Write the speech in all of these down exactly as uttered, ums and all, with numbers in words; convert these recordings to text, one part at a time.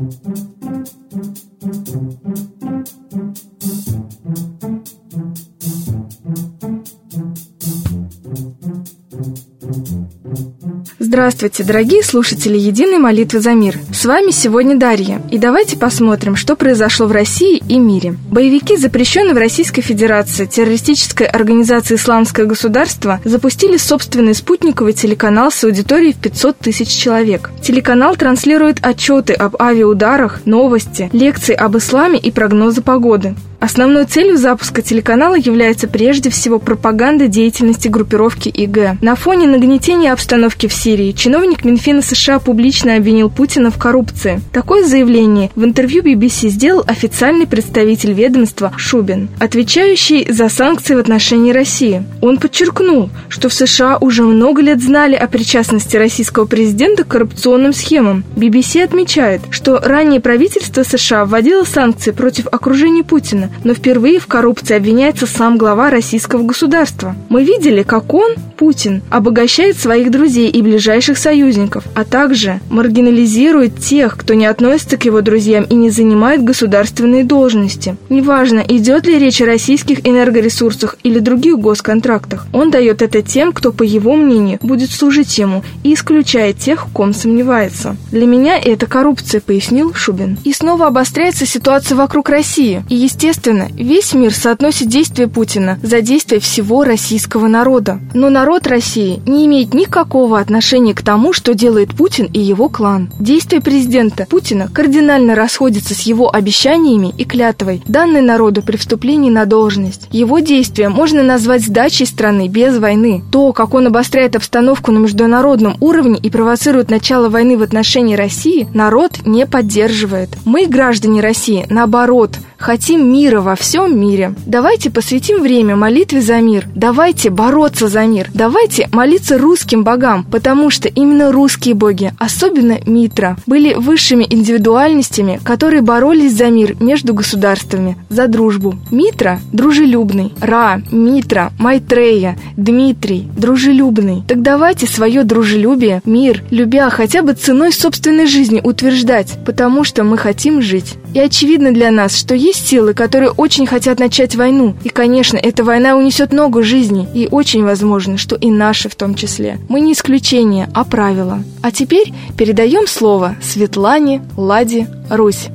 Здравствуйте, дорогие слушатели Единой молитвы за мир. С вами сегодня Дарья. И давайте посмотрим, что произошло в России и мире. Боевики, запрещенные в Российской Федерации террористической организации «Исламское государство», запустили собственный спутниковый телеканал с аудиторией в пятьсот тысяч человек. Телеканал транслирует отчеты об авиаударах, новости, лекции об исламе и прогнозы погоды. Основной целью запуска телеканала является прежде всего пропаганда деятельности группировки ИГ. На фоне нагнетения обстановки в Сирии чиновник Минфина США публично обвинил Путина в коррупции. Такое заявление в интервью би би си сделал официальный представитель ведомства Шубин, отвечающий за санкции в отношении России. Он подчеркнул, что в США уже много лет знали о причастности российского президента к коррупционным схемам. би би си отмечает, что ранее правительство США вводило санкции против окружения Путина, но впервые в коррупции обвиняется сам глава российского государства. Мы видели, как он, Путин, обогащает своих друзей и ближайших союзников, а также маргинализирует тех, кто не относится к его друзьям и не занимает государственные должности. Неважно, идет ли речь о российских энергоресурсах или других госконтрактах, он дает это тем, кто, по его мнению, будет служить ему, и исключает тех, в ком сомневается. Для меня это коррупция, пояснил Шубин. И снова обостряется ситуация вокруг России, и, естественно, весь мир соотносит действия Путина за действия всего российского народа. Но народ России не имеет никакого отношения к тому, что делает Путин и его клан. Действия президента Путина кардинально расходятся с его обещаниями и клятвой, данной народу при вступлении на должность. Его действия можно назвать сдачей страны без войны. То, как он обостряет обстановку на международном уровне и провоцирует начало войны в отношении России, народ не поддерживает. Мы, граждане России, наоборот, хотим мира во всем мире. Давайте посвятим время молитве за мир. Давайте бороться за мир. Давайте молиться русским богам, потому что именно русские боги, особенно Митра, были высшими индивидуальностями, которые боролись за мир между государствами, за дружбу. Митра – дружелюбный. Ра, Митра, Майтрея, Дмитрий – дружелюбный. Так давайте свое дружелюбие, мир, любя хотя бы ценой собственной жизни утверждать, потому что мы хотим жить. И очевидно для нас, что есть силы, которые очень хотят начать войну. И, конечно, эта война унесет много жизней. И очень возможно, что и наши в том числе. Мы не исключение, а правило. А теперь передаем слово Светлане Ладе Русь.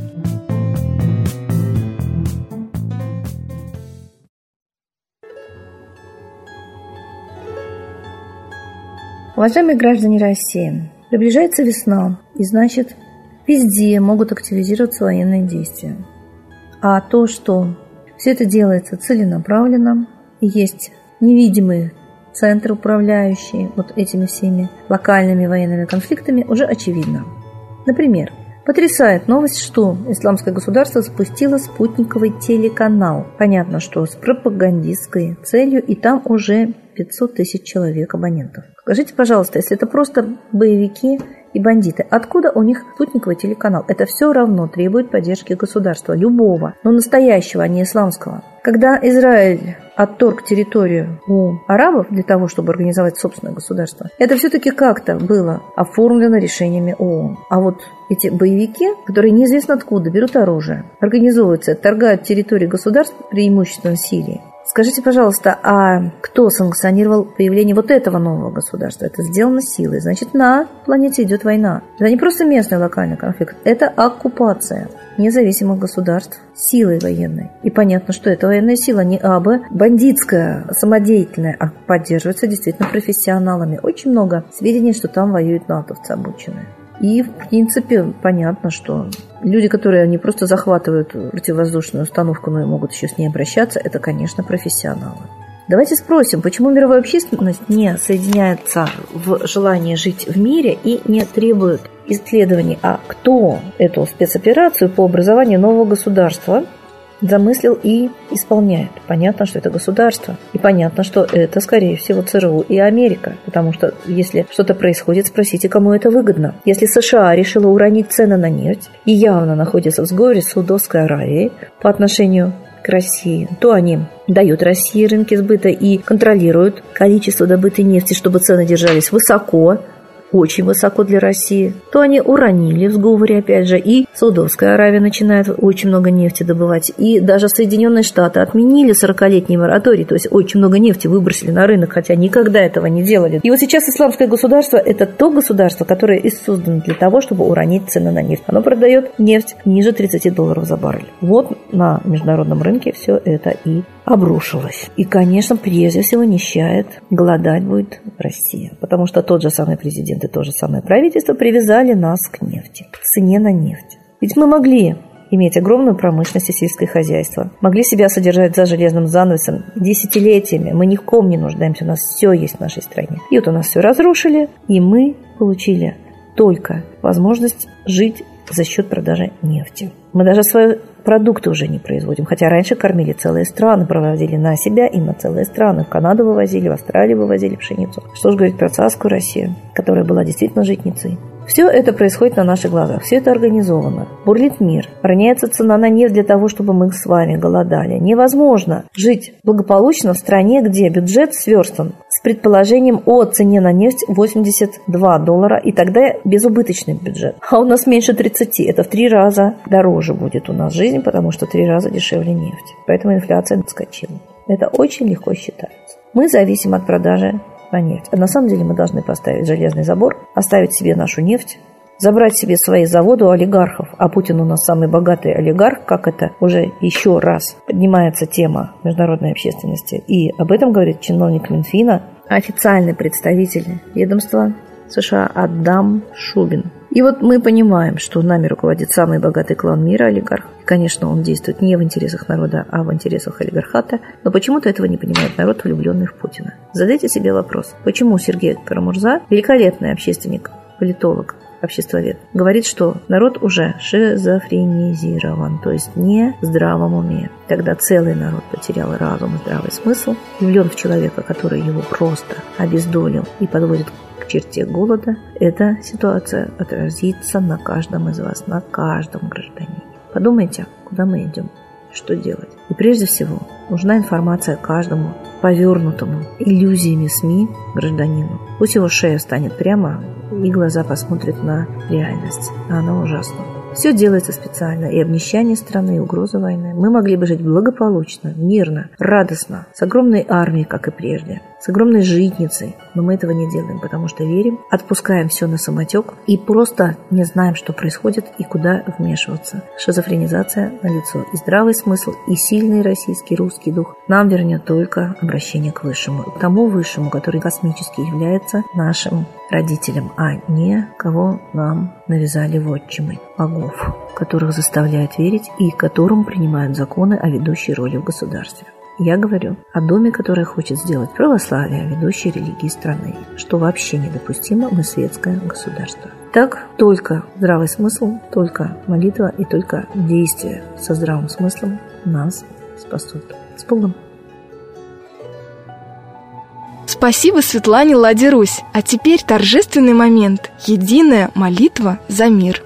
Уважаемые граждане России, приближается весна, и значит, везде могут активизироваться военные действия. А то, что все это делается целенаправленно, и есть невидимые центры, управляющие вот этими всеми локальными военными конфликтами, уже очевидно. Например, потрясает новость, что Исламское государство запустило спутниковый телеканал. Понятно, что с пропагандистской целью, и там уже пятьсот тысяч человек абонентов. Скажите, пожалуйста, если это просто боевики и бандиты, откуда у них спутниковый телеканал? Это все равно требует поддержки государства, любого, но настоящего, а не исламского. Когда Израиль отторг территорию у арабов для того, чтобы организовать собственное государство, это все-таки как-то было оформлено решениями ООН. А вот эти боевики, которые неизвестно откуда берут оружие, организовываются, отторгают территории государств, преимущественно Сирии. Скажите, пожалуйста, а кто санкционировал появление вот этого нового государства? Это сделано силой. Значит, на планете идет война. Это не просто местный локальный конфликт, это оккупация независимых государств силой военной. И понятно, что эта военная сила не абы бандитская, самодеятельная, а поддерживается действительно профессионалами. Очень много сведений, что там воюют натовцы обученные. И, в принципе, понятно, что люди, которые не просто захватывают противовоздушную установку, но и могут еще с ней обращаться, это, конечно, профессионалы. Давайте спросим, почему мировая общественность не соединяется в желании жить в мире и не требует исследований, а кто эту спецоперацию по образованию нового государства замыслил и исполняет. Понятно, что это государство. И понятно, что это, скорее всего, ЦРУ и Америка. Потому что, если что-то происходит, спросите, кому это выгодно. Если США решила уронить цены на нефть и явно находится в сговоре с Саудовской Аравией по отношению к России, то они дают России рынки сбыта и контролируют количество добытой нефти, чтобы цены держались высоко. очень высоко для России, то они уронили в сговоре, опять же, и Саудовская Аравия начинает очень много нефти добывать, и даже Соединенные Штаты отменили сорокалетний мораторий, то есть очень много нефти выбросили на рынок, хотя никогда этого не делали. И вот сейчас исламское государство – это то государство, которое и создано для того, чтобы уронить цены на нефть. Оно продает нефть ниже тридцати долларов за баррель. Вот на международном рынке все это и обрушилось. И, конечно, прежде всего нищает, голодать будет Россия, потому что тот же самый президент и то же самое правительство привязали нас к нефти, к цене на нефть. Ведь мы могли иметь огромную промышленность и сельское хозяйство, могли себя содержать за железным занавесом десятилетиями, мы ни в ком не нуждаемся, у нас все есть в нашей стране. И вот у нас все разрушили, и мы получили только возможность жить за счет продажи нефти. Мы даже свои продукты уже не производим, хотя раньше кормили целые страны, проводили на себя и на целые страны. В Канаду вывозили, в Австралию вывозили пшеницу. Что же говорить про царскую Россию, которая была действительно житницей. Все это происходит на наших глазах, все это организовано. Бурлит мир, роняется цена на нефть для того, чтобы мы с вами голодали. Невозможно жить благополучно в стране, где бюджет сверстан с предположением о цене на нефть восемьдесят два доллара, и тогда безубыточный бюджет. А у нас меньше тридцати, это в три раза дороже будет у нас жизнь, потому что в три раза дешевле нефть. Поэтому инфляция отскочила. Это очень легко считается. Мы зависим от продажи на нефть. А на самом деле мы должны поставить железный забор, оставить себе нашу нефть, забрать себе свои заводы у олигархов. А Путин у нас самый богатый олигарх, как это уже еще раз поднимается тема международной общественности. И об этом говорит чиновник Минфина, официальный представитель ведомства США Адам Шубин. И вот мы понимаем, что нами руководит самый богатый клан мира, олигарх. И, конечно, он действует не в интересах народа, а в интересах олигархата. Но почему-то этого не понимает народ, влюбленный в Путина. Задайте себе вопрос, почему Сергей Карамурза, великолепный общественник, политолог, обществовед, говорит, что народ уже шизофренизирован, то есть не в здравом уме. Когда целый народ потерял разум и здравый смысл, влюблен в человека, который его просто обездолил и подводит к черте голода, эта ситуация отразится на каждом из вас, на каждом гражданине. Подумайте, куда мы идем, что делать. И прежде всего нужна информация каждому повернутому иллюзиями СМИ гражданину. Пусть его шея встанет прямо и глаза посмотрят на реальность, а она ужасна. Все делается специально, и обнищание страны, и угроза войны. Мы могли бы жить благополучно, мирно, радостно, с огромной армией, как и прежде, с огромной житницей, но мы этого не делаем, потому что верим, отпускаем все на самотек и просто не знаем, что происходит и куда вмешиваться. Шизофренизация налицо, и здравый смысл, и сильный российский русский дух нам вернет только обращение к Высшему, к тому Высшему, который космически является нашим родителям, а не кого нам навязали вотчимы богов, которых заставляют верить и которым принимают законы о ведущей роли в государстве. Я говорю о доме, который хочет сделать православие ведущей религии страны, что вообще недопустимо, мы светское государство. Так, только здравый смысл, только молитва и только действие со здравым смыслом нас спасут. С Богом! Спасибо Светлане Ладе Русь. А теперь торжественный момент. Единая молитва за мир.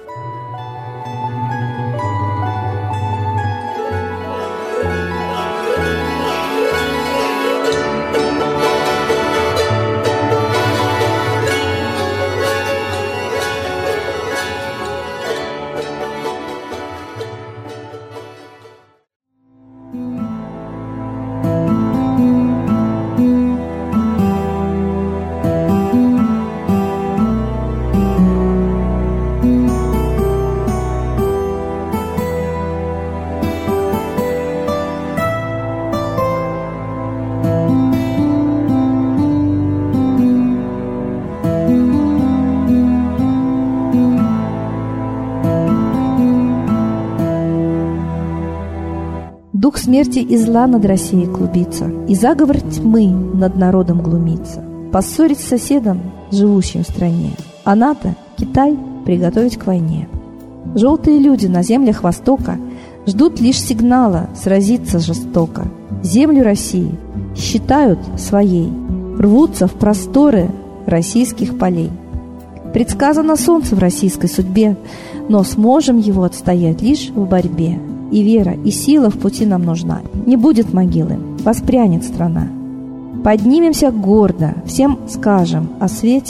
Дух смерти и зла над Россией клубится, и заговор тьмы над народом глумится. Поссорить с соседом, живущим в стране, а НАТО, Китай, приготовить к войне. Желтые люди на землях Востока ждут лишь сигнала сразиться жестоко. Землю России считают своей, рвутся в просторы российских полей. Предсказано солнце в российской судьбе, но сможем его отстоять лишь в борьбе. И вера, и сила в пути нам нужна. Не будет могилы, воспрянет страна. Поднимемся гордо, всем скажем о свете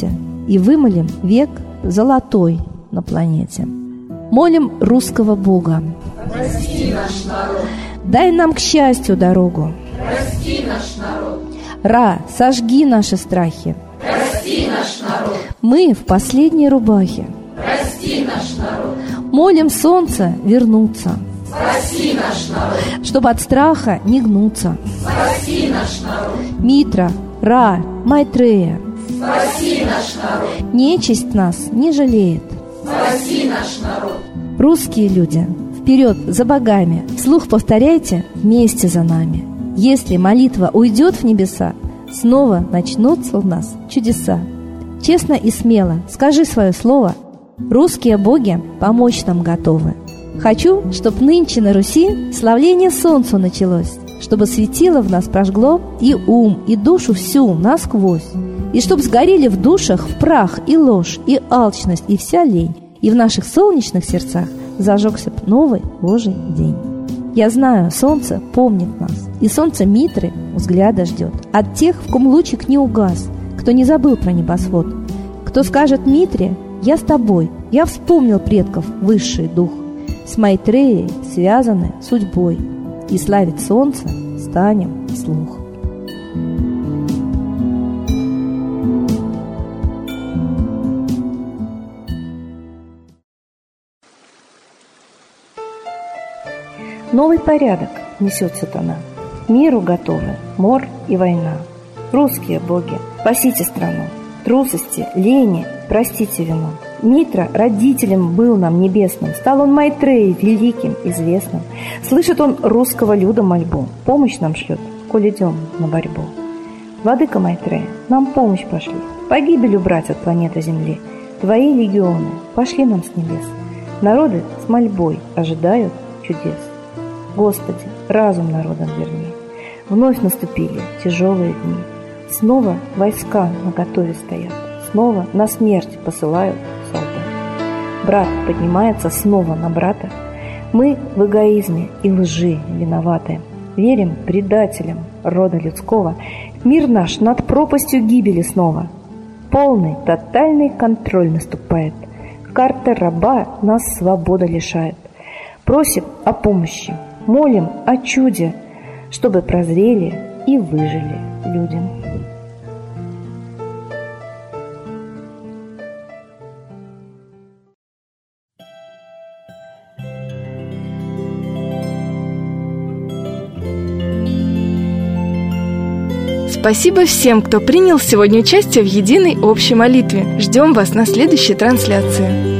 и вымолим век золотой на планете. Молим русского Бога. Прости наш народ. Дай нам к счастью дорогу. Прости наш народ. Ра, сожги наши страхи. Прости наш народ. Мы в последней рубахе. Прости наш народ. Молим солнце вернуться. Спаси наш народ. Чтобы от страха не гнуться. Спаси наш народ. Митра, Ра, Майтрея. Спаси наш народ. Нечисть нас не жалеет. Спаси наш народ. Русские люди, вперед за богами. Вслух повторяйте вместе за нами. Если молитва уйдет в небеса, снова начнутся у нас чудеса. Честно и смело скажи свое слово. Русские боги помочь нам готовы. Хочу, чтоб нынче на Руси славление солнцу началось, чтобы светило в нас прожгло и ум, и душу всю насквозь, и чтоб сгорели в душах в прах и ложь, и алчность, и вся лень, и в наших солнечных сердцах зажегся б новый Божий день. Я знаю, солнце помнит нас, и солнце Митры взгляда ждет от тех, в ком лучик не угас, кто не забыл про небосвод, кто скажет Митре: «Я с тобой, я вспомнил предков высший дух». С Майтреей связаны судьбой, и славить солнце станем вслух. Новый порядок несет сатана. Миру готовы мор и война. Русские боги, спасите страну. Трусости, лени, простите вину. Митра родителем был нам небесным, стал он Майтреей великим, известным. Слышит он русского люда мольбу, помощь нам шлет, коль идем на борьбу. Владыка Майтрея, нам помощь пошли, погибель убрать от планеты Земли. Твои легионы пошли нам с небес. Народы с мольбой ожидают чудес. Господи, разум народам верни. Вновь наступили тяжелые дни. Снова войска наготове стоят. Снова на смерть посылают солдат. Брат поднимается снова на брата. Мы в эгоизме и лжи виноваты. Верим предателям рода людского. Мир наш над пропастью гибели снова. Полный, тотальный контроль наступает. Карта раба нас свобода лишает. Просим о помощи, молим о чуде, чтобы прозрели и выжили людям. Спасибо всем, кто принял сегодня участие в единой общей молитве. Ждем вас на следующей трансляции.